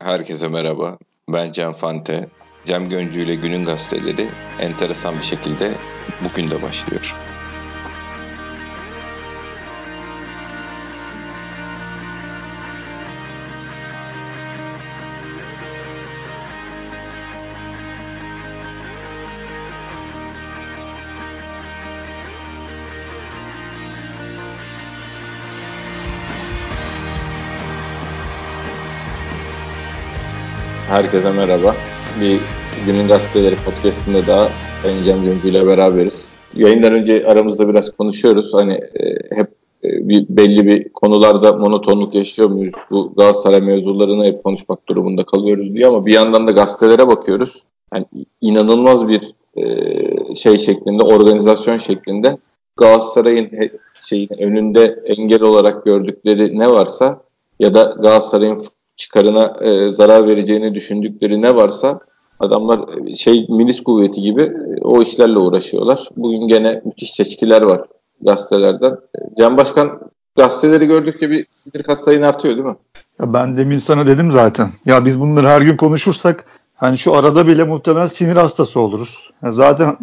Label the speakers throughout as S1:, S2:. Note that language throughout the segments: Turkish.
S1: Herkese merhaba. Ben Cem Fante. Cem Göncü ile Günün Gazeteleri enteresan bir şekilde bugün de başlıyor. Herkese merhaba. Bir Günün Gazeteleri podcastinde daha ben Cem Göncü ile beraberiz. Yayından önce aramızda biraz konuşuyoruz. Hep belli bir konularda monotonluk yaşıyor muyuz? Bu Galatasaray mevzularını hep konuşmak durumunda kalıyoruz diye ama bir yandan da gazetelere bakıyoruz. Yani inanılmaz bir şeklinde, organizasyon şeklinde Galatasaray'ın önünde engel olarak gördükleri ne varsa ya da Galatasaray'ın çıkarına zarar vereceğini düşündükleri ne varsa adamlar milis kuvveti gibi o işlerle uğraşıyorlar. Bugün gene müthiş seçkiler var gazetelerden. Can Başkan gazeteleri gördükçe bir sinir sayın artıyor değil mi?
S2: Ya ben demin sana dedim zaten. Ya biz bunları her gün konuşursak hani şu arada bile muhtemelen sinir hastası oluruz. Ya zaten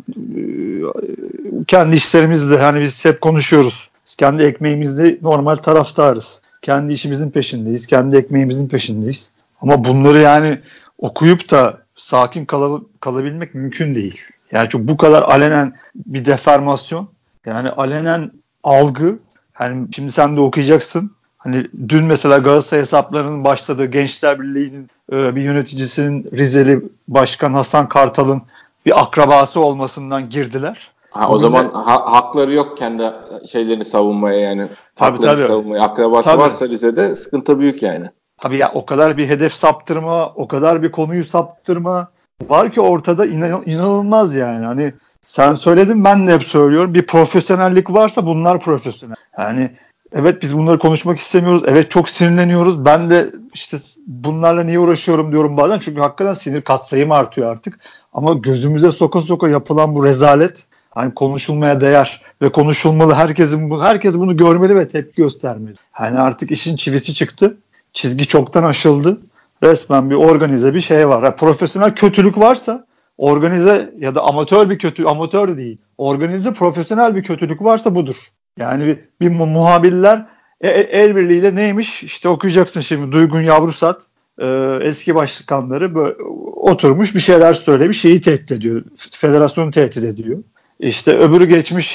S2: kendi işlerimizde hani biz hep konuşuyoruz. Biz kendi ekmeğimizde normal taraftarız. Kendi işimizin peşindeyiz. Kendi ekmeğimizin peşindeyiz. Ama bunları yani okuyup da sakin kalabilmek mümkün değil. Yani çünkü bu kadar alenen bir deformasyon, yani alenen algı. Yani şimdi sen de okuyacaksın. Hani dün mesela Galatasaray hesaplarının başladığı Gençler Birliği'nin bir yöneticisinin Rizeli Başkan Hasan Kartal'ın bir akrabası olmasından girdiler.
S1: O zaman hakları yok kendi şeylerini savunmaya yani. Haklarını savunmaya. Akrabası varsa Rize'de sıkıntı büyük yani.
S2: Tabii ya, o kadar bir hedef saptırma, o kadar bir konuyu saptırma var ki ortada, inanılmaz yani. Hani sen söyledin, ben de hep söylüyorum. Bir profesyonellik varsa bunlar profesyonel. Yani evet, biz bunları konuşmak istemiyoruz. Evet, çok sinirleniyoruz. Ben de işte bunlarla niye uğraşıyorum diyorum bazen. Çünkü hakikaten sinir katsayım artıyor artık. Ama gözümüze soka soka yapılan bu rezalet hani konuşulmaya değer ve konuşulmalı. Herkes bunu görmeli ve tepki göstermeli. Yani artık işin çivisi çıktı. Çizgi çoktan aşıldı. Resmen bir organize bir şey var. Yani profesyonel kötülük varsa, organize ya da amatör değil, organize profesyonel bir kötülük varsa budur. Yani bir muhabirler el birliğiyle neymiş? İşte okuyacaksın şimdi, Duygun Yavrusat eski başkanları böyle oturmuş bir şeyler söylemiş, şeyi tehdit ediyor. Federasyonu tehdit ediyor. İşte öbürü geçmiş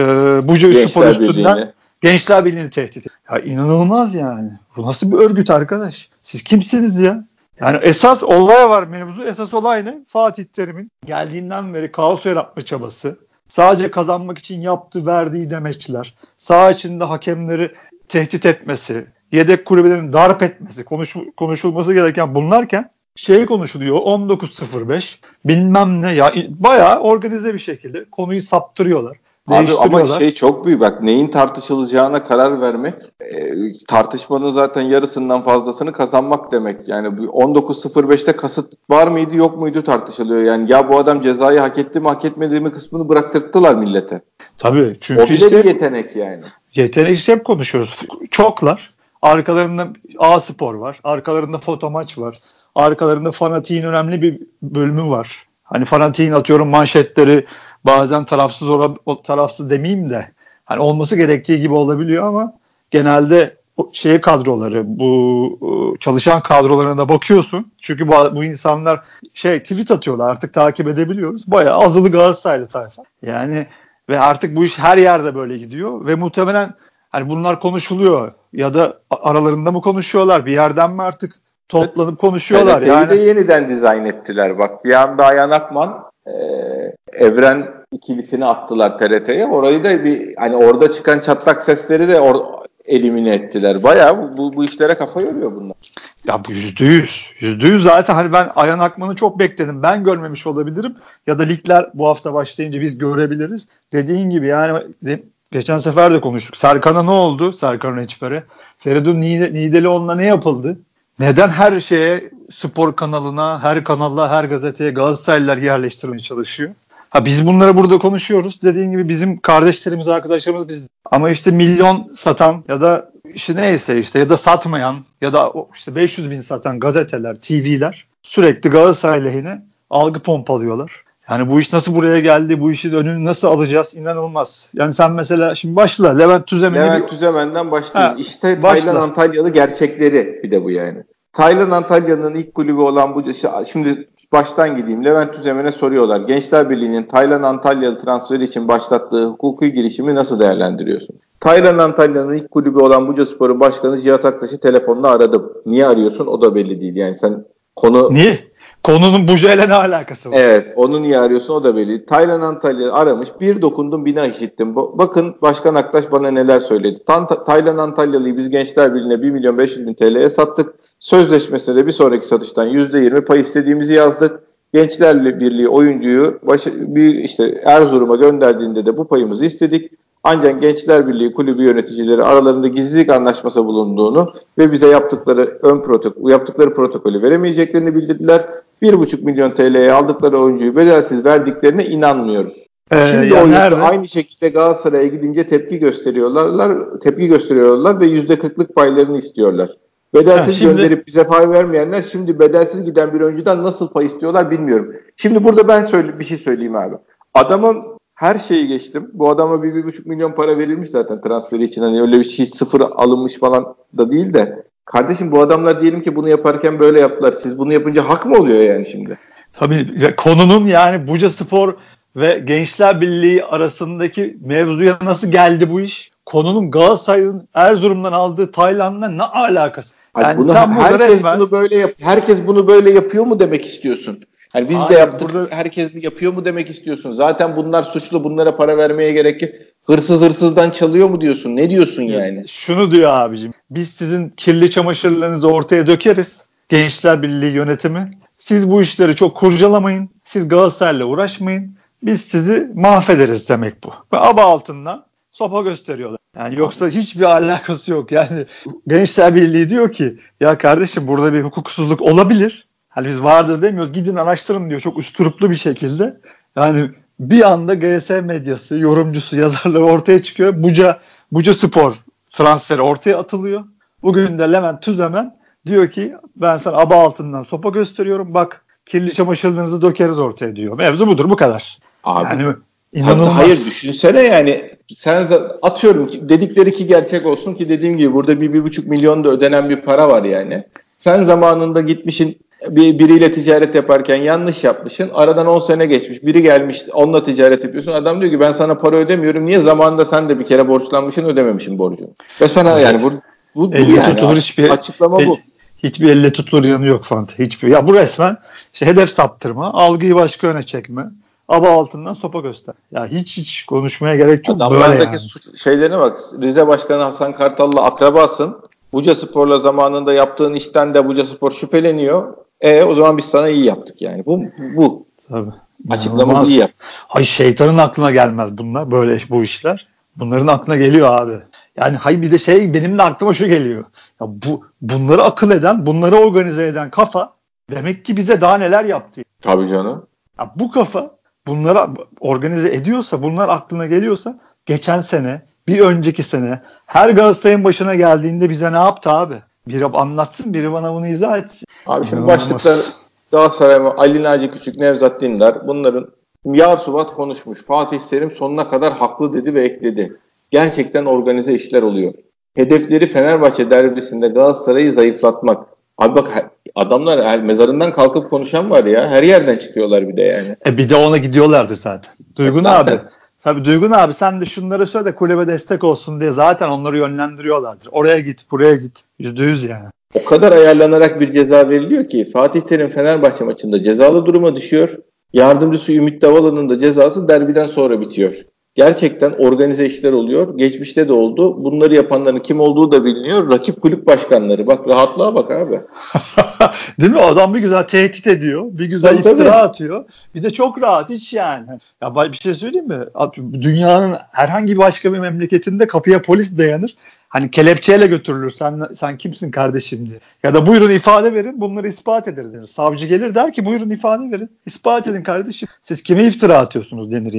S2: Buca Spor üstünden Gençler Birliği'ni tehdit ediyor. Ya inanılmaz yani. Bu nasıl bir örgüt arkadaş? Siz kimsiniz ya? Yani esas olay var, mevzu. Esas olay ne? Fatih Terim'in geldiğinden beri kaos yaratma çabası. Sadece kazanmak için verdiği demeçler. Saha içinde hakemleri tehdit etmesi, yedek kulübelerini darp etmesi, konuşulması gereken bunlarken konuşuluyor. 19.05 bilmem ne ya, bayağı organize bir şekilde konuyu saptırıyorlar.
S1: Abi ama çok büyük, bak, neyin tartışılacağına karar vermek, tartışmanın zaten yarısından fazlasını kazanmak demek. Yani 19.05'te kasıt var mıydı yok muydu tartışılıyor. Yani ya bu adam cezayı hak etti mi hak etmedi mi kısmını bıraktırttılar millete.
S2: Tabii, çünkü
S1: o bile bir yetenek yani.
S2: Yetenek hep konuşuyoruz. Çoklar. Arkalarında A-Spor var. Arkalarında Fotomaç var. Arkalarında Fanatik'in önemli bir bölümü var. Hani Fanatik'in atıyorum manşetleri bazen tarafsız demeyeyim de hani olması gerektiği gibi olabiliyor ama genelde kadroları, bu çalışan kadrolarına bakıyorsun. Çünkü bu insanlar tweet atıyorlar, artık takip edebiliyoruz. Bayağı azılı Galatasaraylı tayfa. Yani ve artık bu iş her yerde böyle gidiyor ve muhtemelen hani bunlar konuşuluyor ya da aralarında mı konuşuyorlar, bir yerden mi artık toplanıp konuşuyorlar.
S1: TRT'yi de yeniden dizayn ettiler. Bak, bir anda Ayhan Akman Evren ikilisini attılar TRT'ye. Orayı da hani orada çıkan çatlak sesleri de elimine ettiler. Bayağı bu işlere kafa yoruyor bunlar.
S2: Ya bu %100 zaten. Hani ben Ayhan Akman'ı çok bekledim. Ben görmemiş olabilirim ya da ligler bu hafta başlayınca biz görebiliriz. Dediğin gibi yani geçen sefer de konuştuk. Serkan'a ne oldu? Serkan Reçber'e. Feridun Nidelioğlu'na ne yapıldı? Neden her şeye, spor kanalına, her kanalla, her gazeteye Galatasaraylılar yerleştirmeye çalışıyor? Biz bunları burada konuşuyoruz. Dediğin gibi bizim kardeşlerimiz, arkadaşlarımız biz. Ama işte milyon satan ya da işte neyse işte ya da satmayan ya da işte 500 bin satan gazeteler, TV'ler sürekli Galatasaray lehine algı pompalıyorlar. Yani bu iş nasıl buraya geldi? Bu işin önünü nasıl alacağız? İnanılmaz. Yani sen mesela şimdi başla Levent
S1: Tüzemen'den başlayayım. İşte Taylan
S2: başla.
S1: Antalyalı gerçekleri bir de bu yani. Taylan Antalya'nın ilk kulübü olan bu, şimdi baştan gideyim. Levent Tüzemen'e soruyorlar. Gençler Birliği'nin Taylan Antalyalı transferi için başlattığı hukuki girişimi nasıl değerlendiriyorsun? Taylan Antalya'nın ilk kulübü olan Bucaspor'un başkanı Cihat Aktaş'ı telefonla aradım. Niye arıyorsun? O da belli değil. Yani sen
S2: Niye? Konunun Buca ile ne alakası var?
S1: Evet, onu niye arıyorsun? O da belli. Taylan Antalya aramış. Bir dokundum, bina işittim. Bakın Başkan Aktaş bana neler söyledi. Taylan Antalyalı'yı biz Gençler Birliği'ne 1.500.000 TL'ye sattık. Sözleşmesine de bir sonraki satıştan %20 pay istediğimizi yazdık. Gençler Birliği oyuncuyu Erzurum'a gönderdiğinde de bu payımızı istedik. Ancak Gençler Birliği kulübü yöneticileri aralarında gizlilik anlaşması bulunduğunu ve bize yaptıkları protokolü veremeyeceklerini bildirdiler. 1,5 milyon TL'ye aldıkları oyuncuyu bedelsiz verdiklerine inanmıyoruz. Şimdi oyuncu aynı şekilde Galatasaray'a gidince tepki gösteriyorlar ve %40'lık paylarını istiyorlar. Bedelsiz gönderip bize pay vermeyenler şimdi bedelsiz giden bir oyuncudan nasıl pay istiyorlar bilmiyorum. Şimdi burada ben bir şey söyleyeyim abi. Adama her şeyi geçtim. Bu adama 1,5 milyon para verilmiş zaten transferi için. Hani öyle bir şey sıfır alınmış falan da değil de. Kardeşim bu adamlar diyelim ki bunu yaparken böyle yaptılar. Siz bunu yapınca hak mı oluyor yani şimdi?
S2: Tabii konunun yani Bucaspor ve Gençler Birliği arasındaki mevzuya nasıl geldi bu iş? Konunun Galatasaray'ın Erzurum'dan aldığı Tayland'la ne alakası?
S1: Yani herkes bunu böyle yapıyor mu demek istiyorsun? Yani biz de yaptık. Herkes yapıyor mu demek istiyorsun? Zaten bunlar suçlu. Bunlara para vermeye gerek yok. Hırsızdan çalıyor mu diyorsun? Ne diyorsun yani?
S2: Şunu diyor abicim. Biz sizin kirli çamaşırlarınızı ortaya dökeriz. Gençler Birliği yönetimi. Siz bu işleri çok kurcalamayın. Siz Galatasaray'la uğraşmayın. Biz sizi mahvederiz demek bu. Ve aba altından sopa gösteriyorlar. Yani yoksa hiçbir alakası yok. Yani Gençler Birliği diyor ki ya kardeşim burada bir hukuksuzluk olabilir. Hani biz vardır demiyoruz. Gidin araştırın diyor çok üsturuplu bir şekilde. Yani bir anda GS medyası, yorumcusu, yazarları ortaya çıkıyor. Bucaspor transferi ortaya atılıyor. Bugün de Levent Tüzemen diyor ki ben sana aba altından sopa gösteriyorum. Bak kirli çamaşırlarınızı dökeriz ortaya diyor. Mevzu budur bu kadar.
S1: Abi,
S2: yani inanılmaz.
S1: Hayır düşünsene yani sen atıyorum ki dedikleri ki gerçek olsun ki dediğim gibi burada 1,5 milyon da ödenen bir para var yani. Sen zamanında gitmişsin biriyle ticaret yaparken yanlış yapmışsın. Aradan 10 sene geçmiş. Biri gelmiş onunla ticaret yapıyorsun. Adam diyor ki ben sana para ödemiyorum. Niye? Zamanında sen de bir kere borçlanmışsın ödememişsin borcunu. Ve sana yani bu yani
S2: tutulur
S1: açıklama bu.
S2: Hiçbir elle tutulur yanı yok Fanta. Hiçbir. Ya bu resmen hedef saptırma, algıyı başka yöne çekme. Aba altından sopa göster. Ya hiç konuşmaya gerek yok.
S1: Adamlardaki şeylerine bak. Rize Başkanı Hasan Kartal'la akrabasın. Bucaspor'la zamanında yaptığın işten de Bucaspor şüpheleniyor. O zaman biz sana iyi yaptık yani. Bu.
S2: Tabii.
S1: Açıklama iyi yap.
S2: Hay şeytanın aklına gelmez bunlar. Böyle bu işler. Bunların aklına geliyor abi. Yani hay bir de benim de aklıma şu geliyor. Ya bunları akıl eden, bunları organize eden kafa demek ki bize daha neler yaptı.
S1: Tabii canım.
S2: Ya bu kafa bunları organize ediyorsa, bunlar aklına geliyorsa geçen sene, bir önceki sene her Galatasaray'ın başına geldiğinde bize ne yaptı abi? Biri anlatsın, biri bana bunu izah etsin.
S1: Abi şimdi başlıklar Galatasaray, Ali Naci Küçük, Nevzat Dindar bunların yağ suvat konuşmuş. Fatih Selim sonuna kadar haklı dedi ve ekledi. Gerçekten organize işler oluyor. Hedefleri Fenerbahçe derbisinde Galatasaray'ı zayıflatmak. Abi bak adamlar mezarından kalkıp konuşan var ya. Her yerden çıkıyorlar bir de yani.
S2: Bir de ona gidiyorlardı zaten. Duygun abi. Tabii Duygun abi sen de şunları söyle de kulübe destek olsun diye zaten onları yönlendiriyorlardır. Oraya git, buraya git. %100 yani.
S1: O kadar ayarlanarak bir ceza veriliyor ki Fatih Terim Fenerbahçe maçında cezalı duruma düşüyor. Yardımcısı Ümit Davalı'nın da cezası derbiden sonra bitiyor. Gerçekten organize işler oluyor. Geçmişte de oldu. Bunları yapanların kim olduğu da biliniyor. Rakip kulüp başkanları. Bak rahatlığa bak abi.
S2: Değil mi? Adam bir güzel tehdit ediyor. Bir güzel iftira atıyor. Bir de çok rahat hiç yani. Ya bir şey söyleyeyim mi? Dünyanın herhangi başka bir memleketinde kapıya polis dayanır. Hani kelepçeyle götürülür. Sen kimsin kardeşim diye. Ya da buyurun ifade verin. Bunları ispat ederiz. Savcı gelir der ki buyurun ifade verin. İspat edin kardeşim. Siz kime iftira atıyorsunuz denir yani.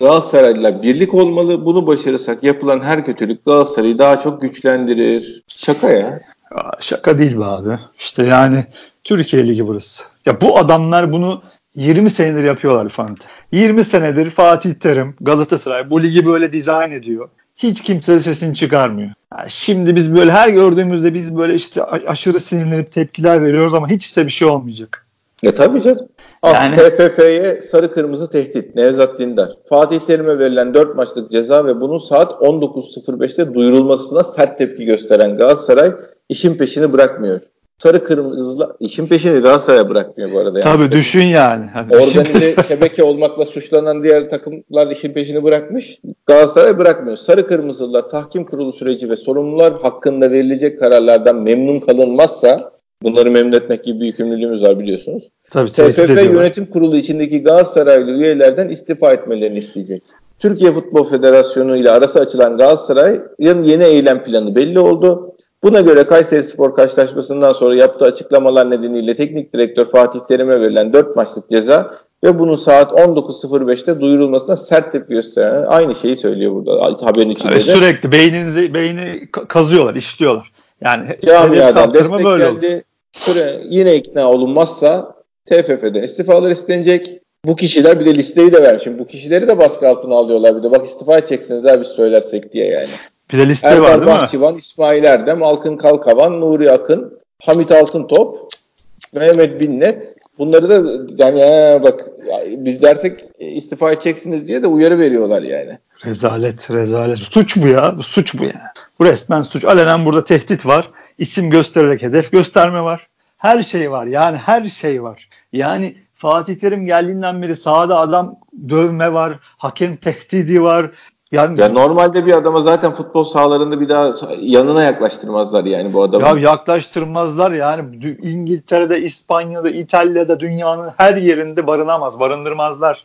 S1: Galatasaraylılar birlik olmalı. Bunu başarırsak yapılan her kötülük Galatasaray'ı daha çok güçlendirir. Şaka ya.
S2: Şaka değil be abi. İşte yani Türkiye Ligi burası. Ya bu adamlar bunu 20 senedir yapıyorlar Fante. 20 senedir Fatih Terim, Galatasaray bu ligi böyle dizayn ediyor. Hiç kimse sesini çıkarmıyor. Yani şimdi biz böyle her gördüğümüzde biz böyle işte aşırı sinirlenip tepkiler veriyoruz ama hiç de bir şey olmayacak.
S1: Tabii canım.
S2: Yani
S1: TFF'ye sarı kırmızı tehdit. Nevzat Dindar. Fatih Terim'e verilen 4 maçlık ceza ve bunun saat 19.05'te duyurulmasına sert tepki gösteren Galatasaray işin peşini bırakmıyor. Sarı kırmızı işin peşini Galatasaray'a bırakmıyor bu arada. Yani.
S2: Tabii düşün yani.
S1: Organize şebeke olmakla suçlanan diğer takımlar işin peşini bırakmış. Galatasaray bırakmıyor. Sarı kırmızılar tahkim kurulu süreci ve sorumlular hakkında verilecek kararlardan memnun kalınmazsa, bunları memnun etmek gibi bir yükümlülüğümüz var biliyorsunuz.
S2: Tabii,
S1: TFF Yönetim Kurulu içindeki Galatasaraylı üyelerden istifa etmelerini isteyecek. Türkiye Futbol Federasyonu ile arası açılan Galatasaray'ın yeni eylem planı belli oldu. Buna göre Kayserispor karşılaşmasından sonra yaptığı açıklamalar nedeniyle teknik direktör Fatih Terim'e verilen 4 maçlık ceza ve bunun saat 19.05'te duyurulmasına sert tepki gösteren, aynı şeyi söylüyor burada haberin içinde de.
S2: Sürekli beyni kazıyorlar, işliyorlar. Yani
S1: camiadan destek geldi. Yine ikna olunmazsa TFF'den istifalar istenecek. Bu kişiler, bir de listeyi de vermiş. Şimdi bu kişileri de baskı altına alıyorlar bir de. Bak istifa edeceksiniz abi biz söylersek diye yani.
S2: Bir de liste
S1: Erdal
S2: var değil
S1: Bahçıvan, İsmail Erdem, Alkın Kalkavan, Nuri Akın, Hamit Altıntop, Mehmet Binnet. Bunları da yani bak biz dersek istifa edeceksiniz diye de uyarı veriyorlar yani.
S2: Rezalet. Suç bu ya. Suç bu yani. Bu resmen suç. Alenen burada tehdit var. İsim göstererek hedef gösterme var. Her şey var. Yani her şey var. Yani Fatih Terim geldiğinden beri sahada adam dövme var. Hakem tehdidi var. Yani
S1: ya normalde bir adama zaten futbol sahalarında bir daha yanına yaklaştırmazlar yani bu adamı.
S2: Ya yaklaştırmazlar yani. İngiltere'de, İspanya'da, İtalya'da, dünyanın her yerinde barındırmazlar.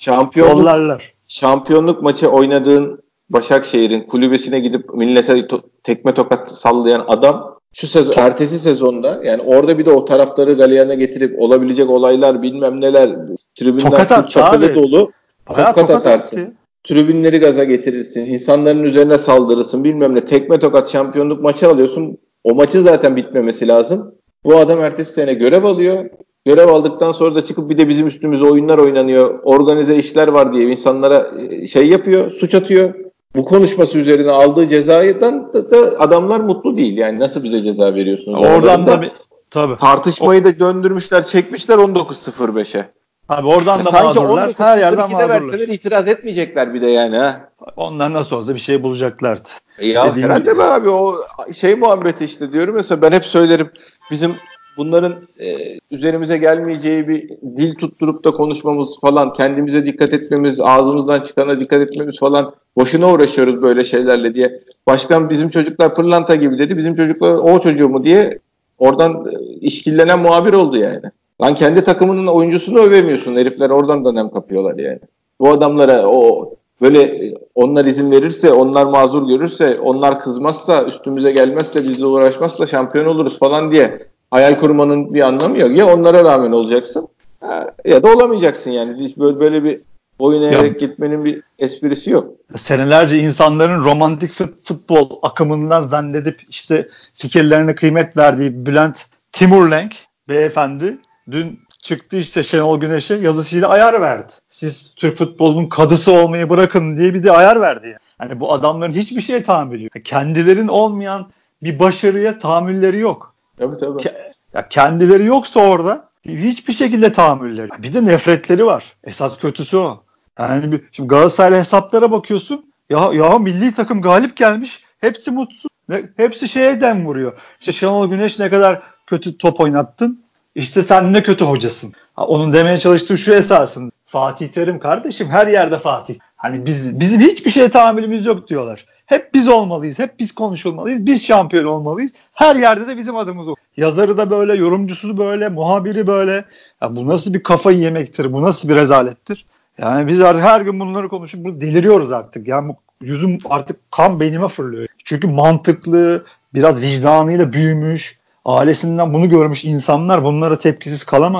S1: Şampiyonluk maçı oynadığın Başakşehir'in kulübesine gidip millete tekme tokat sallayan adam şu sezon, ertesi sezonda yani orada bir de o taraftarı galeyana getirip olabilecek olaylar bilmem neler, tribünler çakılı dolu tokat atarsın. Tribünleri gaza getirirsin. İnsanların üzerine saldırırsın. Bilmem ne. Tekme tokat şampiyonluk maçı alıyorsun. O maçın zaten bitmemesi lazım. Bu adam ertesi sene görev alıyor. Görev aldıktan sonra da çıkıp bir de bizim üstümüze oyunlar oynanıyor. Organize işler var diye insanlara şey yapıyor. Suç atıyor. Bu konuşması üzerine aldığı cezadan da adamlar mutlu değil. Yani nasıl bize ceza veriyorsunuz?
S2: Oradan da tabii.
S1: Tartışmayı da döndürmüşler, çekmişler 19.05'e.
S2: Abi oradan da mağdurlar. Her yerden mağdurlar.
S1: Verseler itiraz etmeyecekler bir de yani ha.
S2: Onlar nasıl olsa bir şey bulacaklardı.
S1: Ya herhalde ben abi o şey muhabbeti işte diyorum mesela ben hep söylerim bizim bunların üzerimize gelmeyeceği bir dil tutturup da konuşmamız falan, kendimize dikkat etmemiz, ağzımızdan çıkana dikkat etmemiz falan, boşuna uğraşıyoruz böyle şeylerle diye. Başkan bizim çocuklar pırlanta gibi dedi, bizim çocuklar o çocuğu mu diye oradan işkillenen muhabir oldu yani. Lan kendi takımının oyuncusunu övemiyorsun. Herifler oradan da nem kapıyorlar yani. Bu adamlara o böyle onlar izin verirse, onlar mazur görürse, onlar kızmazsa, üstümüze gelmezse, bizle uğraşmazsa şampiyon oluruz falan diye hayal kurmanın bir anlamı yok. Ya onlara rağmen olacaksın ya da olamayacaksın yani. Hiç böyle bir oyun eğerek gitmenin bir esprisi yok.
S2: Senelerce insanların romantik futbol akımından zannedip işte fikirlerine kıymet verdiği Bülent Timurlenk beyefendi dün çıktı işte Şenol Güneş'e yazısıyla ayar verdi. Siz Türk futbolunun kadısı olmayı bırakın diye bir de ayar verdi. Yani bu adamların hiçbir şeye tahammülü yok. Kendilerin olmayan bir başarıya tahammülleri yok.
S1: Tabii.
S2: Ya kendileri yoksa orada hiçbir şekilde tahammülleri. Bir de nefretleri var. Esas kötüsü o. Yani şimdi Galatasaray'la hesaplara bakıyorsun. Ya milli takım galip gelmiş. Hepsi mutsuz. Hepsi şeye dem vuruyor. İşte Şenol Güneş ne kadar kötü top oynattın. İşte sen ne kötü hocasın. Onun demeye çalıştığı şu esasın. Fatih Terim kardeşim her yerde Fatih. Hani bizim hiçbir şeye tahammülümüz yok diyorlar. Hep biz olmalıyız. Hep biz konuşulmalıyız. Biz şampiyon olmalıyız. Her yerde de bizim adımız o. Yazarı da böyle, yorumcusu böyle, muhabiri böyle. Ya bu nasıl bir kafayı yemektir? Bu nasıl bir rezalettir? Yani biz artık her gün bunları konuşup deliriyoruz artık. Yani yüzüm artık kan beynime fırlıyor. Çünkü mantıklı, biraz vicdanıyla büyümüş, ailesinden bunu görmüş insanlar bunlara tepkisiz kalamaz.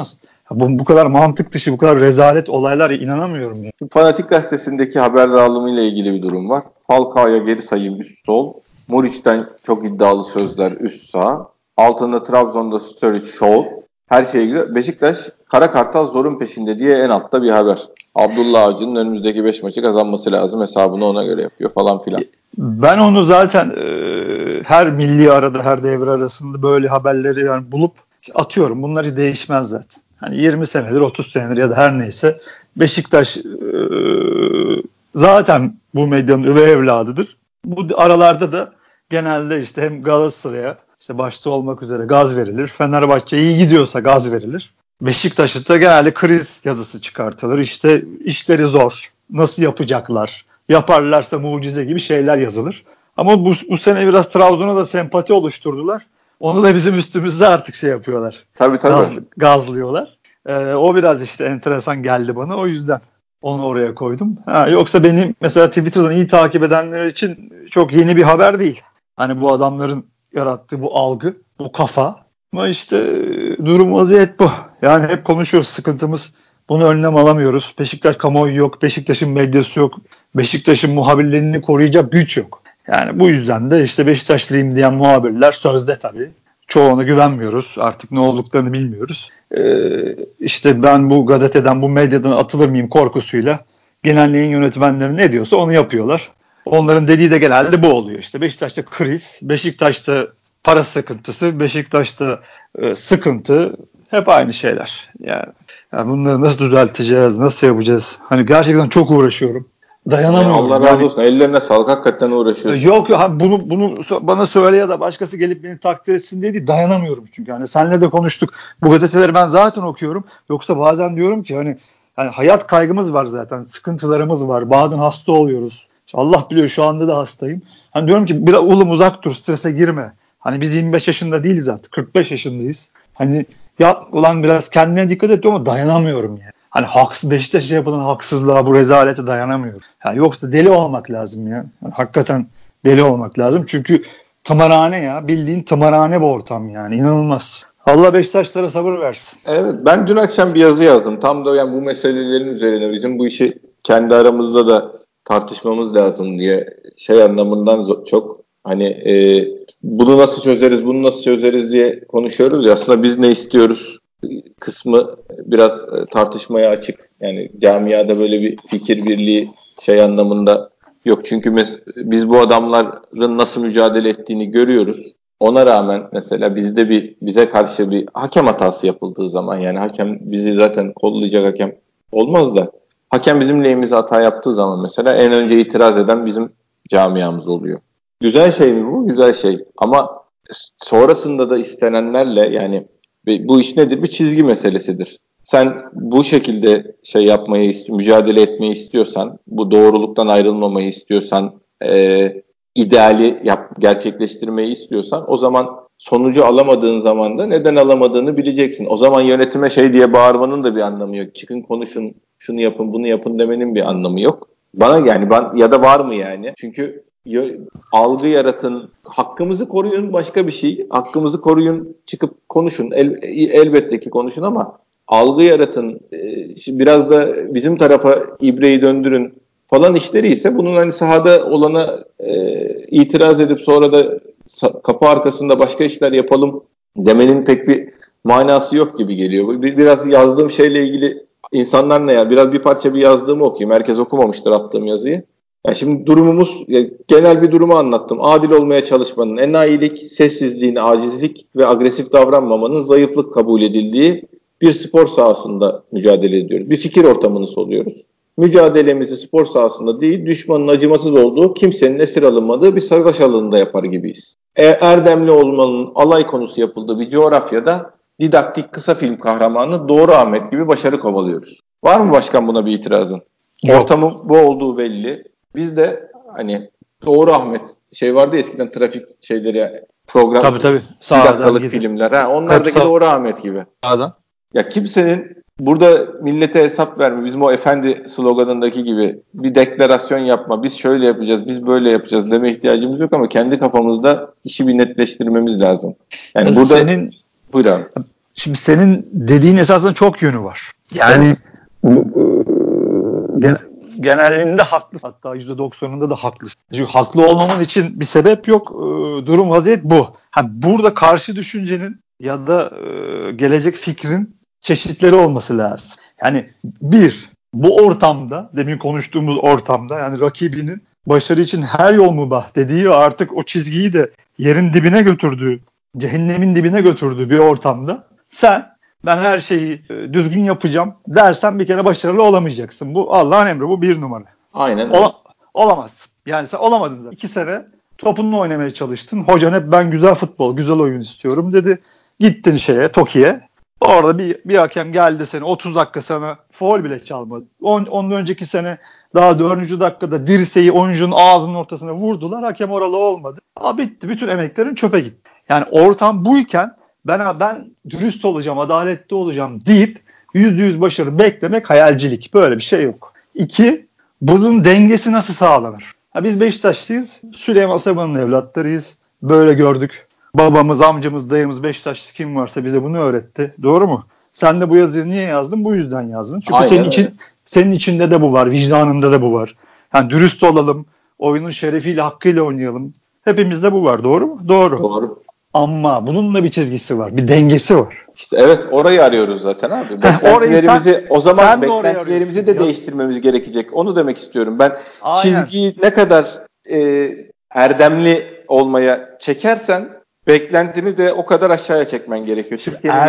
S2: Bu kadar mantık dışı, bu kadar rezalet olaylara inanamıyorum ya.
S1: Fanatik gazetesindeki haber dağılımıyla ilgili bir durum var. Falcao'ya geri sayım üst sol. Muriç'ten çok iddialı sözler üst sağ. Altında Trabzon'da Sturridge Show. Her şey güzel. Beşiktaş Kara Kartal zorun peşinde diye en altta bir haber. Abdullah Avcı'nın önümüzdeki 5 maçı kazanması lazım. Hesabını ona göre yapıyor falan filan.
S2: Ben onu zaten her milli arada, her devre arasında böyle haberleri yani bulup atıyorum. Bunlar hiç değişmez zaten. Hani 20 senedir, 30 senedir ya da her neyse Beşiktaş zaten bu medyanın üvey evladıdır. Bu aralarda da genelde işte hem Galatasaray'a işte başta olmak üzere gaz verilir. Fenerbahçe iyi gidiyorsa gaz verilir. Beşiktaş'ta genelde kriz yazısı çıkartılır. İşte işleri zor. Nasıl yapacaklar? Yaparlarsa mucize gibi şeyler yazılır. Ama bu sene biraz Trabzon'a da sempati oluşturdular. Onu da bizim üstümüzde artık şey yapıyorlar.
S1: Tabii.
S2: Gazlıyorlar. O biraz işte enteresan geldi bana. O yüzden onu oraya koydum. Yoksa benim mesela Twitter'dan iyi takip edenler için çok yeni bir haber değil. Hani bu adamların yarattığı bu algı, bu kafa. Ama işte durum vaziyet bu. Yani hep konuşuyoruz, sıkıntımız. Bunu önlem alamıyoruz. Beşiktaş kamuoyu yok. Beşiktaş'ın medyası yok. Beşiktaş'ın muhabirlerini koruyacak güç yok. Yani bu yüzden de işte Beşiktaşlıyım diyen muhabirler sözde tabii. Çoğuna güvenmiyoruz. Artık ne olduklarını bilmiyoruz. İşte ben bu gazeteden, bu medyadan atılır mıyım korkusuyla genel yayın yönetmenleri ne diyorsa onu yapıyorlar. Onların dediği de genelde bu oluyor. İşte Beşiktaş'ta kriz, Beşiktaş'ta para sıkıntısı, Beşiktaş'ta sıkıntı, hep aynı şeyler. Yani bunları nasıl düzelteceğiz, nasıl yapacağız? Hani gerçekten çok uğraşıyorum. Dayanamıyorum.
S1: Allah razı olsun. Ellerine sağlık. Hakikaten uğraşıyorsun.
S2: Yok bunu bana söyle ya da başkası gelip beni takdir etsin diye değil. Dayanamıyorum çünkü. Hani seninle de konuştuk. Bu gazeteleri ben zaten okuyorum. Yoksa bazen diyorum ki hani hayat kaygımız var zaten. Sıkıntılarımız var. Bazen hasta oluyoruz. İşte Allah biliyor şu anda da hastayım. Hani diyorum ki biraz oğlum uzak dur, strese girme. Hani biz 25 yaşında değiliz artık. 45 yaşındayız. Hani ya ulan biraz kendine dikkat et ama dayanamıyorum yani. Hani Beşiktaş'a yapılan haksızlığa, bu rezalete dayanamıyorum. Yani yoksa deli olmak lazım ya. Yani hakikaten deli olmak lazım. Çünkü tımarhane ya. Bildiğin tımarhane bu ortam yani. İnanılmaz. Allah Beşiktaşlara sabır versin.
S1: Evet, ben dün akşam bir yazı yazdım. Tam da yani bu meselelerin üzerine bizim bu işi kendi aramızda da tartışmamız lazım diye şey anlamından çok hani bunu nasıl çözeriz, bunu nasıl çözeriz diye konuşuyoruz ya. Aslında biz ne istiyoruz kısmı biraz tartışmaya açık. Yani camiada böyle bir fikir birliği şey anlamında yok. Çünkü biz bu adamların nasıl mücadele ettiğini görüyoruz. Ona rağmen mesela bize karşı bir hakem hatası yapıldığı zaman yani hakem bizi zaten kollayacak hakem olmaz da hakem bizim lehimize hata yaptığı zaman mesela en önce itiraz eden bizim camiamız oluyor. Güzel şey mi bu? Güzel şey. Ama sonrasında da istenenlerle yani bu iş nedir? Bir çizgi meselesidir. Sen bu şekilde şey yapmayı mücadele etmeyi istiyorsan, bu doğruluktan ayrılmamayı istiyorsan, ideali gerçekleştirmeyi istiyorsan o zaman sonucu alamadığın zaman da neden alamadığını bileceksin. O zaman yönetime şey diye bağırmanın da bir anlamı yok. Çıkın konuşun, şunu yapın, bunu yapın demenin bir anlamı yok. Bana yani ya da var mı yani? Çünkü algı yaratın, hakkımızı koruyun başka bir şey. Hakkımızı koruyun, çıkıp konuşun. Elbette ki konuşun ama algı yaratın. Biraz da bizim tarafa ibreyi döndürün falan işleri ise bunun hani sahada olana itiraz edip sonra da kapı arkasında başka işler yapalım demenin pek bir manası yok gibi geliyor. Biraz yazdığım şeyle ilgili insanlar ne ya? Biraz bir parça bir yazdığımı okuyayım. Herkes okumamıştır attığım yazıyı. Yani şimdi durumumuz, genel bir durumu anlattım. Adil olmaya çalışmanın, enayilik, sessizliğin, acizlik ve agresif davranmamanın zayıflık kabul edildiği bir spor sahasında mücadele ediyoruz. Bir fikir ortamını soluyoruz. Mücadelemizi spor sahasında değil, düşmanın acımasız olduğu, kimsenin esir alınmadığı bir savaş alanında yapar gibiyiz. Erdemli olmanın alay konusu yapıldığı bir coğrafyada didaktik kısa film kahramanı Doğru Ahmet gibi başarı kovalıyoruz. Var mı başkan buna bir itirazın?
S2: Yok.
S1: Ortamın bu olduğu belli. Biz de hani Doğru Ahmet şey vardı ya eskiden trafik şeyleri program
S2: Tabii.
S1: bir dakikalık filmler. Onlardaki Doğru Ahmet gibi.
S2: Sağdan.
S1: Ya kimsenin burada millete hesap verme, bizim o efendi sloganındaki gibi bir deklarasyon yapma, biz şöyle yapacağız, biz böyle yapacağız deme ihtiyacımız yok ama kendi kafamızda işi bir netleştirmemiz lazım. Yani burada
S2: Senin
S1: buyur abi.
S2: Şimdi senin dediğin esasında çok yönü var. Yani genelinde haklısın. Hatta %90'ında da haklısın. Çünkü haklı olmaman için bir sebep yok. Durum vaziyet bu. Burada karşı düşüncenin ya da gelecek fikrin çeşitleri olması lazım. Yani bu ortamda, demin konuştuğumuz ortamda, yani rakibinin başarı için her yol mübah dediği, artık o çizgiyi de yerin dibine götürdüğü, cehennemin dibine götürdüğü bir ortamda ben her şeyi düzgün yapacağım dersen bir kere başarılı olamayacaksın. Bu Allah'ın emri, bu bir numara.
S1: Aynen öyle.
S2: Olamazsın. Yani sen olamadın zaten. 2 sene topunla oynamaya çalıştın. Hocan hep ben güzel futbol, güzel oyun istiyorum dedi. Gittin Toki'ye. Orada bir hakem geldi, seni 30 dakika sana faul bile çalmadı. Ondan önceki sene daha 4. dakikada dirseği oyuncunun ağzının ortasına vurdular. Hakem oralı olmadı. Bitti. Bütün emeklerin çöpe gitti. Yani ortam buyken ben dürüst olacağım, adaletli olacağım deyip %100 başarı beklemek hayalcilik. Böyle bir şey yok. 2, bunun dengesi nasıl sağlanır? Biz Beşiktaşlıyız. Süleyman Seba'nın evlatlarıyız. Böyle gördük. Babamız, amcamız, dayımız Beşiktaşlı kim varsa bize bunu öğretti. Doğru mu? Sen de bu yazıyı niye yazdın? Bu yüzden yazdın. Çünkü senin içinde de bu var. Vicdanında da bu var. Yani dürüst olalım. Oyunun şerefiyle, hakkıyla oynayalım. Hepimizde bu var. Doğru mu? Doğru. Ama bunun da bir çizgisi var. Bir dengesi var.
S1: İşte evet, orayı arıyoruz zaten abi. Beklentilerimizi de değiştirmemiz gerekecek. Onu demek istiyorum. Ben çizgiyi ne kadar erdemli olmaya çekersen beklentini de o kadar aşağıya çekmen gerekiyor.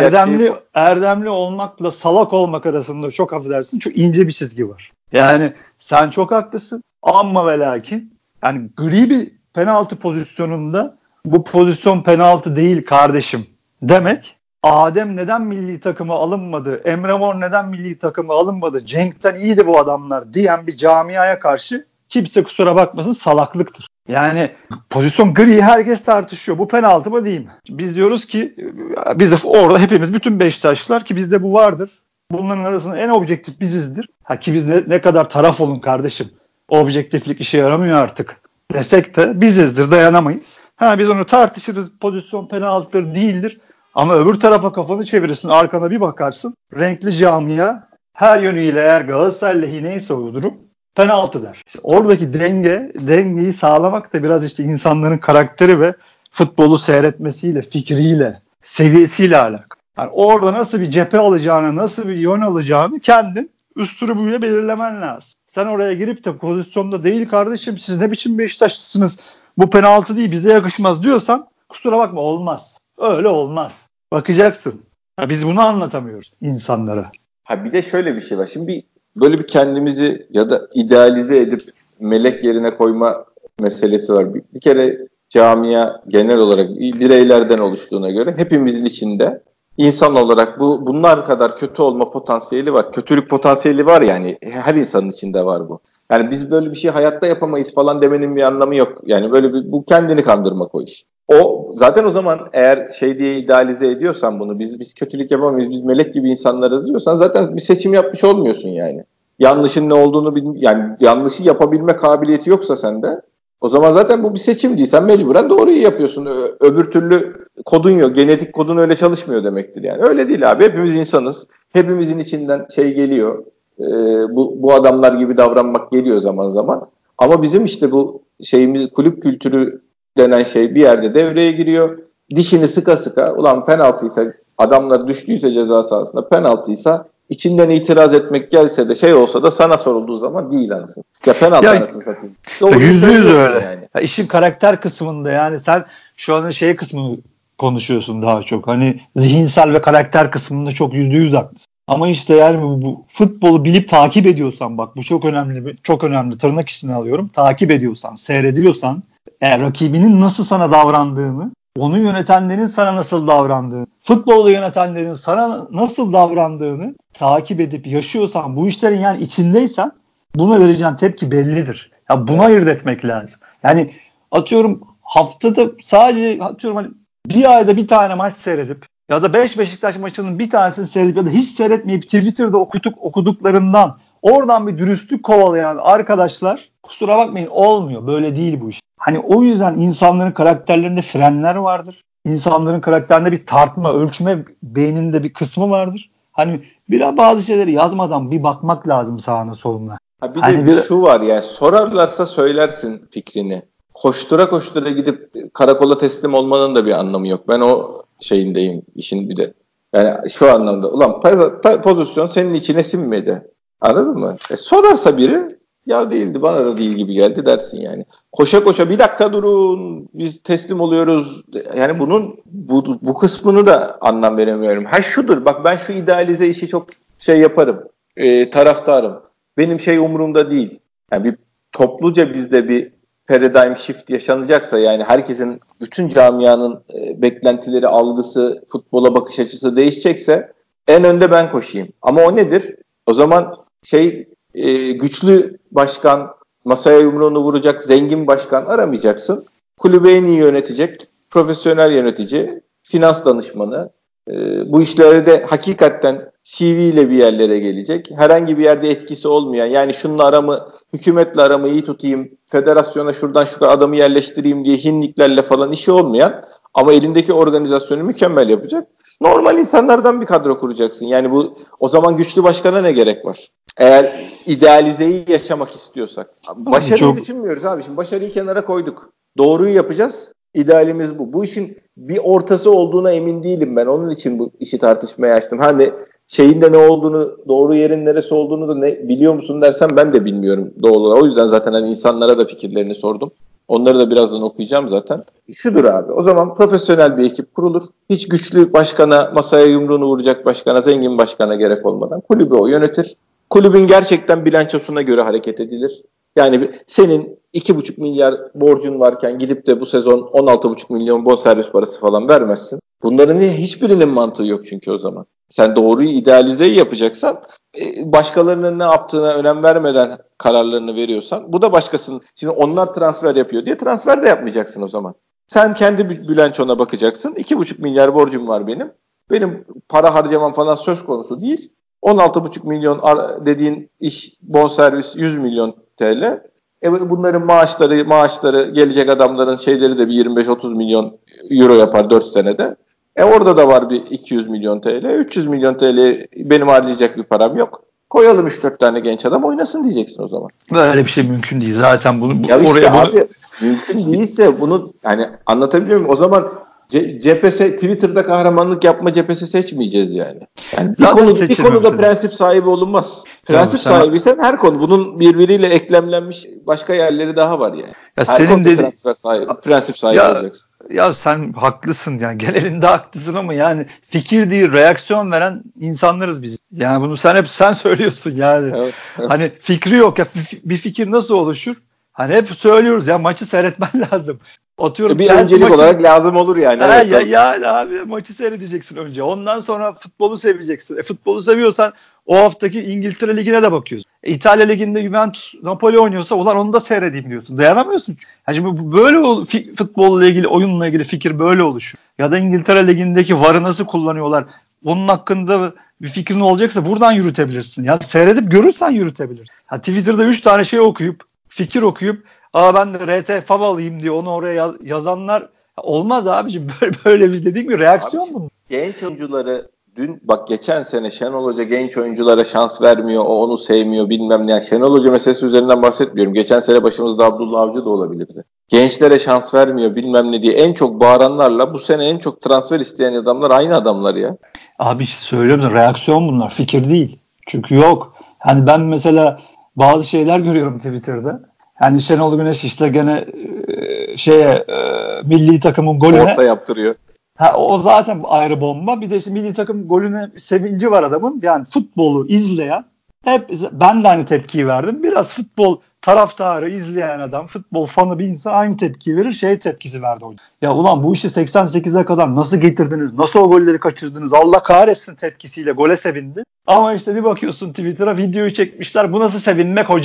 S2: Erdemli olmakla salak olmak arasında, çok affedersin, çok ince bir çizgi var. Yani sen çok haklısın ama ve lakin yani gri bir penaltı pozisyonunda bu pozisyon penaltı değil kardeşim demek, Adem neden milli takıma alınmadı, Emre Mor neden milli takıma alınmadı, Cenk'ten iyiydi bu adamlar diyen bir camiaya karşı kimse kusura bakmasın salaklıktır. Yani pozisyon gri, herkes tartışıyor. Bu penaltı mı değil mi? Biz diyoruz ki biz orada hepimiz, bütün Beşiktaşlılar, ki bizde bu vardır. Bunların arasında en objektif bizizdir. Ki biz ne kadar taraf olun kardeşim. Objektiflik işe yaramıyor artık desek de bizizdir, dayanamayız. Biz onu tartışırız. Pozisyon penaltıdır, değildir. Ama öbür tarafa kafanı çevirirsin, arkana bir bakarsın. Renkli camia her yönüyle, eğer Galatasaray lehineyse o durum, penaltı der. İşte oradaki dengeyi sağlamak da biraz insanların karakteri ve futbolu seyretmesiyle, fikriyle, seviyesiyle alakalı. Yani orada nasıl bir cephe alacağını, nasıl bir yön alacağını kendin üslubuyla belirlemen lazım. Sen oraya girip de pozisyonda değil kardeşim, siz ne biçim Beşiktaşlısınız, bu penaltı değil, bize yakışmaz diyorsan kusura bakma, olmaz. Öyle olmaz. Bakacaksın. Biz bunu anlatamıyoruz insanlara.
S1: Bir de şöyle bir şey var. Şimdi böyle bir kendimizi ya da idealize edip melek yerine koyma meselesi var. Bir kere camia genel olarak bireylerden oluştuğuna göre hepimizin içinde insan olarak bunlar kadar kötü olma potansiyeli var. Kötülük potansiyeli var yani. Her insanın içinde var bu. Yani biz böyle bir şey hayatta yapamayız falan demenin bir anlamı yok. Yani bu kendini kandırmak o iş. O zaten o zaman eğer diye idealize ediyorsan bunu, biz kötülük yapamayız, biz melek gibi insanlarız diyorsan zaten bir seçim yapmış olmuyorsun yani. Yanlışın ne olduğunu yani yanlışı yapabilme kabiliyeti yoksa sende, o zaman zaten bu bir seçim değil. Sen mecburen doğruyu yapıyorsun. Öbür türlü kodun yok. Genetik kodun öyle çalışmıyor demektir yani. Öyle değil abi. Hepimiz insanız. Hepimizin içinden geliyor. Bu adamlar gibi davranmak geliyor zaman zaman. Ama bizim bu kulüp kültürü denen bir yerde devreye giriyor. Dişini sıka sıka, ulan penaltıysa, adamlar düştüyse ceza sahasında, penaltıysa içinden itiraz etmek gelse de olsa da sana sorulduğu zaman değil anasını. Ya penaltı anasını satayım.
S2: %100 öyle. Yani. İşin karakter kısmında, yani sen şu an kısmını konuşuyorsun daha çok. Hani zihinsel ve karakter kısmında çok %100 haklısın. Ama yani bu futbolu bilip takip ediyorsan, bak bu çok önemli, çok önemli, tırnak içine alıyorum. Takip ediyorsan, seyrediyorsan, rakibinin nasıl sana davrandığını, onu yönetenlerin sana nasıl davrandığını, futbolu yönetenlerin sana nasıl davrandığını takip edip yaşıyorsan, bu işlerin yani içindeysen, buna vereceğin tepki bellidir. Ya buna ayırt etmek lazım. Yani atıyorum haftada sadece bir ayda bir tane maç seyredip ya da 5 Beşiktaş maçının bir tanesini seyredip ya da hiç seyretmeyip Twitter'da okuduklarından oradan bir dürüstlük kovalayan arkadaşlar, kusura bakmayın, olmuyor. Böyle değil bu iş. O yüzden insanların karakterlerinde frenler vardır. İnsanların karakterinde bir tartma, ölçme beyninde bir kısmı vardır. Hani biraz bazı şeyleri yazmadan bir bakmak lazım sağına soluna.
S1: Ha bir
S2: Hani
S1: de şu var yani, sorarlarsa söylersin fikrini. Koştura koştura gidip karakola teslim olmanın da bir anlamı yok. Ben o şeyindeyim işin bir de. Yani şu anlamda, ulan pozisyon senin içine sinmedi. Anladın mı? Sorarsa biri, ya değildi, bana da değil gibi geldi dersin yani. Koşa koşa bir dakika durun biz teslim oluyoruz. Yani bunun bu kısmını da anlam veremiyorum. Ha şudur bak, ben şu idealize işi çok şey yaparım. Taraftarım. Benim şey umurumda değil. Yani bir topluca bizde bir paradigm shift yaşanacaksa, yani herkesin, bütün camianın beklentileri, algısı, futbola bakış açısı değişecekse en önde ben koşayım. Ama o nedir? O zaman güçlü başkan, masaya yumruğunu vuracak zengin başkan aramayacaksın. Kulübü en iyi yönetecek profesyonel yönetici, finans danışmanı, bu işlere de hakikaten CV ile bir yerlere gelecek. Herhangi bir yerde etkisi olmayan, yani şununla aramı, hükümetle aramı iyi tutayım, federasyona şuradan şu kadar adamı yerleştireyim diye hinliklerle falan işi olmayan ama elindeki organizasyonu mükemmel yapacak normal insanlardan bir kadro kuracaksın. Yani bu, o zaman güçlü başkana ne gerek var? Eğer idealizeyi yaşamak istiyorsak. Başarıyı düşünmüyoruz abi. Şimdi başarıyı kenara koyduk. Doğruyu yapacağız. İdealimiz bu. Bu işin bir ortası olduğuna emin değilim ben. Onun için bu işi tartışmaya açtım. Hani şeyin de ne olduğunu, doğru yerin neresi olduğunu da biliyor musun dersen ben de bilmiyorum doğal olarak. O yüzden zaten hani insanlara da fikirlerini sordum. Onları da birazdan okuyacağım zaten. Şudur abi. O zaman profesyonel bir ekip kurulur. Hiç güçlü başkana, masaya yumruğunu vuracak başkana, zengin başkana gerek olmadan kulübü o yönetir. Kulübün gerçekten bilançosuna göre hareket edilir. Yani senin 2,5 milyar borcun varken gidip de bu sezon 16,5 milyon bonservis parası falan vermezsin. Bunların hiçbirinin mantığı yok çünkü o zaman. Sen doğruyu, idealizeyi yapacaksan, başkalarının ne yaptığına önem vermeden kararlarını veriyorsan, bu da başkasının, şimdi onlar transfer yapıyor diye transfer de yapmayacaksın o zaman. Sen kendi bilançona bakacaksın. 2,5 milyar borcum var benim. Benim para harcamam falan söz konusu değil. 16,5 milyon dediğin iş bonservis 100 milyon TL. Bunların maaşları gelecek adamların şeyleri de bir 25-30 milyon euro yapar 4 senede. Orada da var bir 200 milyon TL. 300 milyon TL benim harcayacak bir param yok. Koyalım 3-4 tane genç adam oynasın diyeceksin o zaman.
S2: Böyle bir şey mümkün değil. Zaten bunu
S1: ya işte
S2: oraya
S1: abi, mümkün değilse bunu, yani anlatabiliyor muyum? O zaman cephesi, Twitter'da kahramanlık yapma cephesi seçmeyeceğiz yani. Yani bir konuda prensip sahibi olunmaz. Prensip sahibiysen her konu, bunun birbiriyle eklemlenmiş başka yerleri daha var yani.
S2: Ya
S1: her konuda prensip sahibi olacaksın.
S2: Ya sen haklısın yani, genelinde haklısın ama yani fikir değil, reaksiyon veren insanlarız biz. Yani bunu sen söylüyorsun yani.
S1: Evet.
S2: Hani fikri yok ya, bir fikir nasıl oluşur? Hani hep söylüyoruz ya, maçı seyretmen lazım. Atıyorum
S1: bir öncelik olarak lazım olur yani. Evet,
S2: yani abi maçı seyredeceksin önce. Ondan sonra futbolu seveceksin. Futbolu seviyorsan o haftaki İngiltere Ligi'ne de bakıyorsun. İtalya Ligi'nde Juventus Napoli oynuyorsa ulan onu da seyredeyim diyorsun. Dayanamıyorsun. Yani şimdi böyle futbolla ilgili, oyunla ilgili fikir böyle oluşuyor. Ya da İngiltere Ligi'ndeki VAR'ı nasıl kullanıyorlar? Onun hakkında bir fikrin olacaksa buradan yürütebilirsin. Ya seyredip görürsen yürütebilirsin. Ha, Twitter'da 3 tane şey okuyup, fikir okuyup, ben de RT fav alayım diye onu oraya yazanlar, olmaz abiciğim. Böyle bir, dediğim gibi reaksiyon bu.
S1: Genç oyuncuları geçen sene Şenol Hoca genç oyunculara şans vermiyor, o onu sevmiyor bilmem ne. Yani Şenol Hoca meselesi üzerinden bahsetmiyorum. Geçen sene başımızda Abdullah Avcı da olabilirdi. Gençlere şans vermiyor bilmem ne diye en çok bağıranlarla bu sene en çok transfer isteyen adamlar aynı adamlar ya.
S2: Abi söylüyorum, reaksiyon bunlar, fikir değil. Çünkü yok. Hani ben mesela bazı şeyler görüyorum Twitter'da. Hani Şenol Güneş işte gene milli takımın golüne
S1: orta yaptırıyor.
S2: O zaten ayrı bomba. Bir de işte milli takım golüne sevinci var adamın. Yani futbolu izleyen, hep ben de aynı tepkiyi verdim. Biraz futbol taraftarı izleyen adam, futbol fanı bir insan aynı tepkiyi verir. Tepkisi verdi hocam. Ya ulan bu işi 88'e kadar nasıl getirdiniz? Nasıl o golleri kaçırdınız? Allah kahretsin tepkisiyle gole sevindi. Ama işte bir bakıyorsun Twitter'a, videoyu çekmişler. Bu nasıl sevinmek hocam?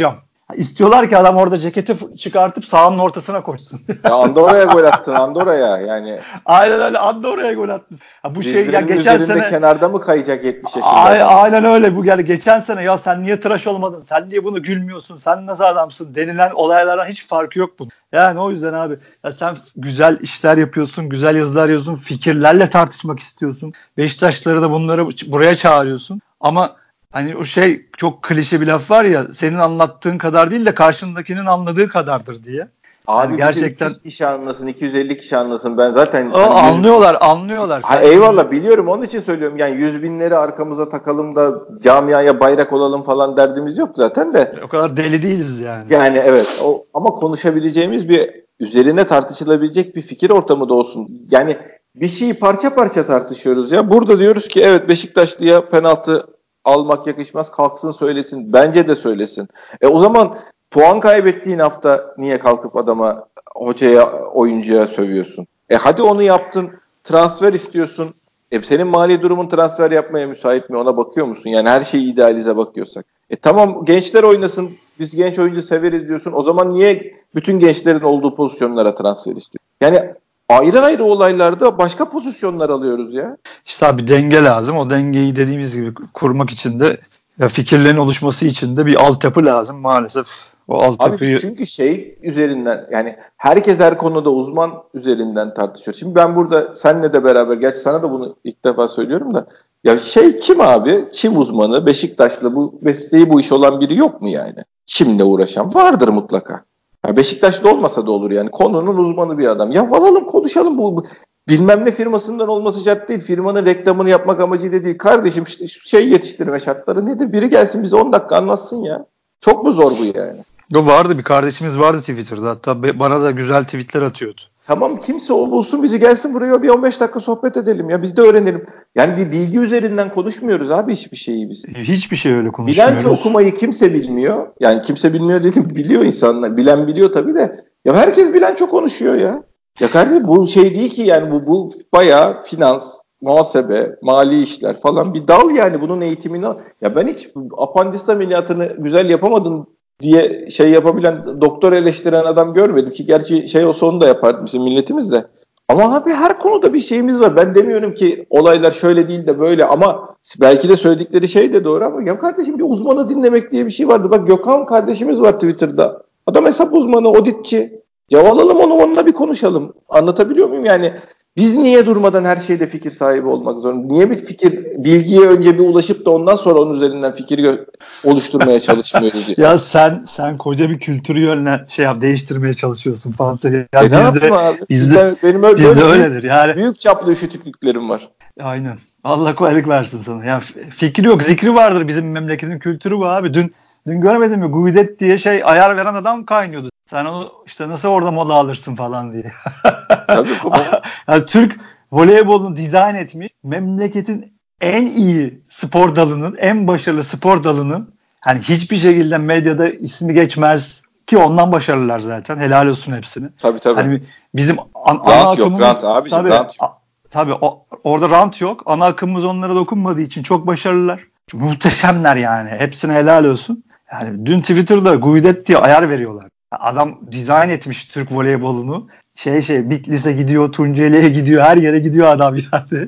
S2: İstiyorlar ki adam orada ceketi çıkartıp sahanın ortasına koşsun.
S1: Ya Andorra'ya gol attın, Andorra'ya yani.
S2: Aynen öyle, Andorra'ya gol atmış. Bu şey ya,
S1: Dizlerinin
S2: geçen
S1: üzerinde
S2: sene
S1: kenarda mı kayacak 70 yaşında adam?
S2: aynen öyle. Bu yani geçen sene ya sen niye tıraş olmadın? Sen niye bunu gülmüyorsun? Sen nasıl adamsın? Denilen olaylardan hiç farkı yok bunun. Yani o yüzden abi ya sen güzel işler yapıyorsun, güzel yazılar yazıyorsun, fikirlerle tartışmak istiyorsun. Beşiktaşları da bunları buraya çağırıyorsun. Ama hani o şey çok klişe bir laf var ya, senin anlattığın kadar değil de karşındakinin anladığı kadardır diye. Yani
S1: Abi bizi
S2: gerçekten
S1: 300 kişi anlasın, 250 kişi anlasın. Ben zaten hani
S2: anlıyorlar.
S1: Ha, eyvallah biliyorum, onun için söylüyorum. Yani 100.000'leri arkamıza takalım da camiaya bayrak olalım falan derdimiz yok zaten de.
S2: O kadar deli değiliz yani.
S1: Yani evet ama konuşabileceğimiz bir, üzerine tartışılabilecek bir fikir ortamı da olsun. Yani bir şeyi parça parça tartışıyoruz ya. Burada diyoruz ki evet, Beşiktaşlı'ya penaltı almak yakışmaz, kalksın söylesin. Bence de söylesin. O zaman puan kaybettiğin hafta niye kalkıp adama, hocaya, oyuncuya sövüyorsun? Hadi onu yaptın, transfer istiyorsun. Senin mali durumun transfer yapmaya müsait mi, ona bakıyor musun? Yani her şeyi idealize bakıyorsak. Tamam, gençler oynasın, biz genç oyuncu severiz diyorsun. O zaman niye bütün gençlerin olduğu pozisyonlara transfer istiyorsun? Yani ayrı ayrı olaylarda başka pozisyonlar alıyoruz ya.
S2: İşte abi denge lazım. O dengeyi dediğimiz gibi kurmak için de ya fikirlerin oluşması için de bir altyapı lazım maalesef. O
S1: Abi biz
S2: altyapıyı
S1: çünkü şey üzerinden, yani herkes her konuda uzman üzerinden tartışıyor. Şimdi ben burada seninle de beraber, gerçi sana da bunu ilk defa söylüyorum da, ya şey kim abi? Çim uzmanı, Beşiktaşlı, bu mesleği bu iş olan biri yok mu yani? Çimle uğraşan vardır mutlaka. Ya Beşiktaşlı olmasa da olur yani. Konunun uzmanı bir adam. Ya alalım konuşalım, bu bilmem ne firmasından olması şart değil. Firmanın reklamını yapmak amacıyla değil. Kardeşim işte şu şey yetiştirme şartları nedir? Biri gelsin bize 10 dakika anlatsın ya. Çok mu zor bu yani?
S2: o vardı, bir kardeşimiz vardı Twitter'da. Hatta bana da güzel tweetler atıyordu.
S1: Tamam, kimse o bulsun bizi, gelsin buraya, bir 15 dakika sohbet edelim ya, biz de öğrenelim. Yani bir bilgi üzerinden konuşmuyoruz abi hiçbir şeyi biz.
S2: Hiçbir şey öyle
S1: Bilanço
S2: konuşmuyoruz.
S1: okumayı kimse bilmiyor. Yani kimse bilmiyor dedim, biliyor insanlar. Bilen biliyor tabii de. Ya herkes bilanço konuşuyor ya. Ya kardeşim bu şey değil ki yani, bu bayağı finans, muhasebe, mali işler falan bir dal yani, bunun eğitimini al. Ya ben hiç apandis ameliyatını güzel yapamadın diye şey yapabilen, doktor eleştiren adam görmedim ki, gerçi şey olsa onu da yapar bizim milletimiz de. Ama abi her konuda bir şeyimiz var. Ben demiyorum ki olaylar şöyle değil de böyle, ama belki de söyledikleri şey de doğru, ama ya kardeşim bir uzmanı dinlemek diye bir şey vardı. Bak Gökhan kardeşimiz var Twitter'da. Adam hesap uzmanı, auditçi. Ya alalım onu, onunla bir konuşalım. Anlatabiliyor muyum? Yani biz niye durmadan her şeyde fikir sahibi olmak zorunda? Niye bir bilgiye önce bir ulaşıp da ondan sonra onun üzerinden fikir oluşturmaya çalışmıyoruz ya?
S2: Ya sen koca bir kültürü değiştirmeye çalışıyorsun falan. Ya
S1: Ne yapayım abi? Benim
S2: bizde
S1: böyle
S2: öyledir yani.
S1: büyük çaplı üşütüklüklerim var.
S2: Aynen. Allah kolaylık versin sana. Ya fikri yok, zikri vardır, bizim memleketin kültürü bu abi. Dün görmedin mi? Guidet diye ayar veren adam kaynıyordu. Sen onu işte nasıl orada moda alırsın falan diye.
S1: Tabii baba.
S2: Yani Türk voleybolunu dizayn etmiş, memleketin en iyi spor dalının, en başarılı spor dalının, hani hiçbir şekilde medyada ismi geçmez ki ondan başarılılar zaten. Helal olsun hepsini.
S1: Tabii tabii.
S2: Hani bizim ana
S1: Rant yok,
S2: akımımız
S1: rant abicim,
S2: tabii
S1: rant yok.
S2: tabii orada rant yok. Ana akımımız onlara dokunmadığı için çok başarılılar. Muhteşemler yani. Hepsine helal olsun. Yani dün Twitter'da Guidet diye ayar veriyorlar. Adam dizayn etmiş Türk voleybolunu. Bitlis'e gidiyor, Tunceli'ye gidiyor, her yere gidiyor adam yani.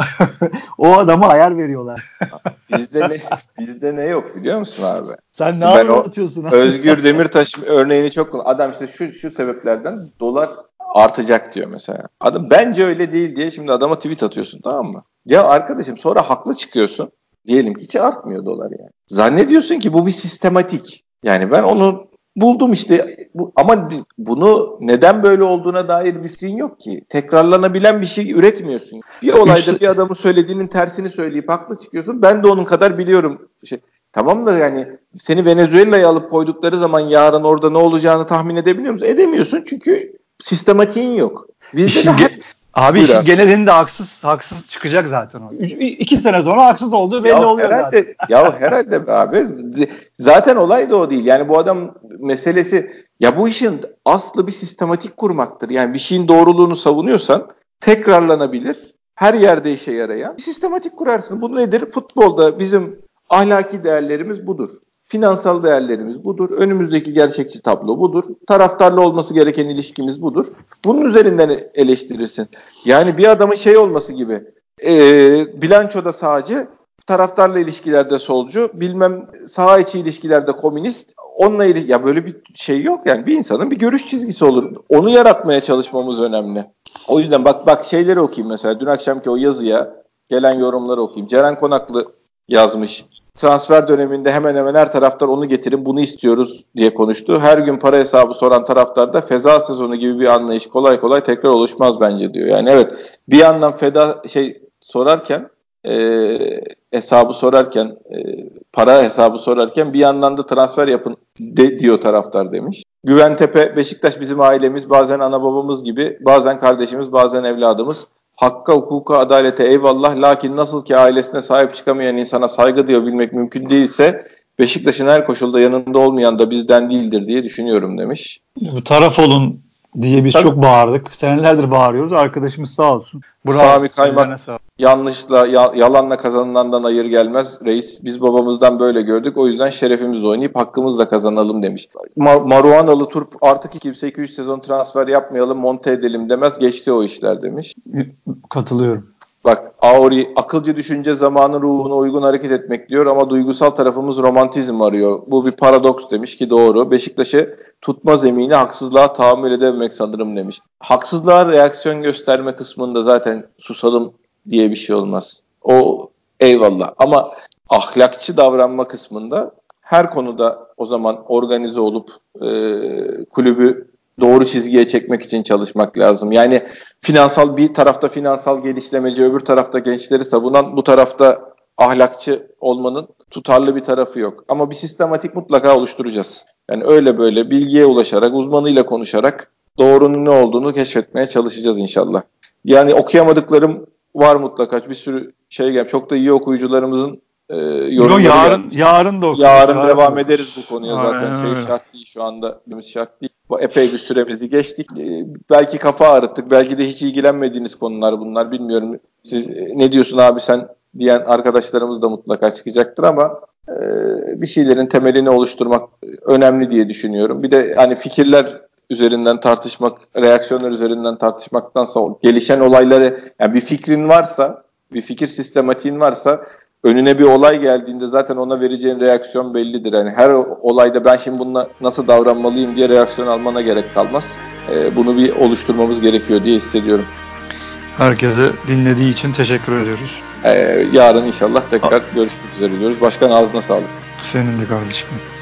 S2: O adama ayar veriyorlar.
S1: Bizde ne yok biliyor musun abi?
S2: Sen ne
S1: Şimdi ben o
S2: anlatıyorsun abi?
S1: Özgür Demirtaş örneğini çok kullanıyorum. Adam işte şu sebeplerden dolar artacak diyor mesela. Adam bence öyle değil diye şimdi adama tweet atıyorsun, tamam mı? Ya arkadaşım sonra haklı çıkıyorsun. Diyelim ki hiç artmıyor dolar yani. Zannediyorsun ki bu bir sistematik. Yani ben onu buldum işte. Ama bunu neden böyle olduğuna dair bir fikrin yok ki. Tekrarlanabilen bir şey üretmiyorsun. Bir olayda bir adamın söylediğinin tersini söyleyip haklı çıkıyorsun. Ben de onun kadar biliyorum. Tamam da yani seni Venezuela'ya alıp koydukları zaman yarın orada ne olacağını tahmin edebiliyor musun? Edemiyorsun çünkü sistematiğin yok. Bizde de
S2: Abi
S1: buyur
S2: işin
S1: abi.
S2: genelinde haksız çıkacak zaten o. 2 sene sonra haksız olduğu belli oluyor zaten.
S1: Herhalde be abi. Zaten olay da o değil. Yani bu adam meselesi, ya bu işin aslı bir sistematik kurmaktır. Yani bir şeyin doğruluğunu savunuyorsan tekrarlanabilir, her yerde işe yarayan bir sistematik kurarsın. Bu nedir? Futbolda bizim ahlaki değerlerimiz budur. Finansal değerlerimiz budur. Önümüzdeki gerçekçi tablo budur. Taraftarla olması gereken ilişkimiz budur. Bunun üzerinden eleştirirsin. Yani bir adamın şey olması gibi, bilançoda sağcı, taraftarla ilişkilerde solcu, bilmem saha içi ilişkilerde komünist, onunla ya böyle bir şey yok yani. Bir insanın bir görüş çizgisi olur. Onu yaratmaya çalışmamız önemli. O yüzden bak şeyleri okuyayım mesela. Dün akşamki o yazıya gelen yorumları okuyayım. Ceren Konaklı yazmış. Transfer döneminde hemen hemen her taraftar onu getirin, bunu istiyoruz diye konuştu. Her gün para hesabı soran taraftarda feda sezonu gibi bir anlayış kolay kolay tekrar oluşmaz bence diyor. Yani evet, bir yandan sorarken, hesabı sorarken, para hesabı sorarken bir yandan da transfer yapın diyor taraftar demiş. Güventepe, Beşiktaş bizim ailemiz, bazen ana babamız gibi, bazen kardeşimiz, bazen evladımız. Hakka, hukuka, adalete eyvallah, lakin nasıl ki ailesine sahip çıkamayan insana saygı duyabilmek mümkün değilse, Beşiktaş'ın her koşulda yanında olmayan da bizden değildir diye düşünüyorum demiş.
S2: Taraf olun diye biz çok bağırdık. Senelerdir bağırıyoruz. Arkadaşımız sağ olsun. Bravo.
S1: Sami Kaymak, yanlışla, yalanla kazanılandan hayır gelmez reis. Biz babamızdan böyle gördük. O yüzden şerefimiz oynayıp hakkımızla kazanalım demiş. Maruanalı Turp, artık kimse 2-3 sezon transfer yapmayalım, monte edelim demez. Geçti o işler demiş.
S2: Katılıyorum.
S1: Bak, Auri, akılcı düşünce zamanın ruhuna uygun hareket etmek diyor ama duygusal tarafımız romantizm arıyor. Bu bir paradoks demiş ki doğru. Beşiktaş'ı tutma zemini haksızlığa tahammül edememek sanırım demiş. Haksızlığa reaksiyon gösterme kısmında zaten susalım diye bir şey olmaz. O eyvallah, ama ahlakçı davranma kısmında her konuda o zaman organize olup kulübü doğru çizgiye çekmek için çalışmak lazım. Yani bir tarafta finansal genişlemeci, öbür tarafta gençleri savunan, bu tarafta ahlakçı olmanın tutarlı bir tarafı yok. Ama bir sistematik mutlaka oluşturacağız. Yani öyle böyle bilgiye ulaşarak, uzmanıyla konuşarak doğrunun ne olduğunu keşfetmeye çalışacağız inşallah. Yani okuyamadıklarım var mutlaka. Bir sürü şey gelmiş. Çok da iyi okuyucularımızın yorumları gelmiş.
S2: Yarın da okuruz.
S1: Yarın devam ederiz bu konuya zaten.
S2: Aynen öyle.
S1: Şart değil şu anda. Şart değil. Epey bir süremizi geçtik. Belki kafa ağrıttık. Belki de hiç ilgilenmediğiniz konular bunlar. Bilmiyorum. Siz ne diyorsun abi sen diyen arkadaşlarımız da mutlaka çıkacaktır ama bir şeylerin temelini oluşturmak önemli diye düşünüyorum. Bir de hani fikirler üzerinden tartışmak, reaksiyonlar üzerinden tartışmaktansa gelişen olayları, yani bir fikrin varsa, bir fikir sistematiğin varsa, önüne bir olay geldiğinde zaten ona vereceğin reaksiyon bellidir. Yani her olayda ben şimdi bununla nasıl davranmalıyım diye reaksiyon almana gerek kalmaz. Bunu bir oluşturmamız gerekiyor diye hissediyorum.
S2: Herkese dinlediği için teşekkür ediyoruz.
S1: Yarın inşallah tekrar görüşmek üzere diyoruz. Başkan, ağzına sağlık.
S2: Senin de kardeşim.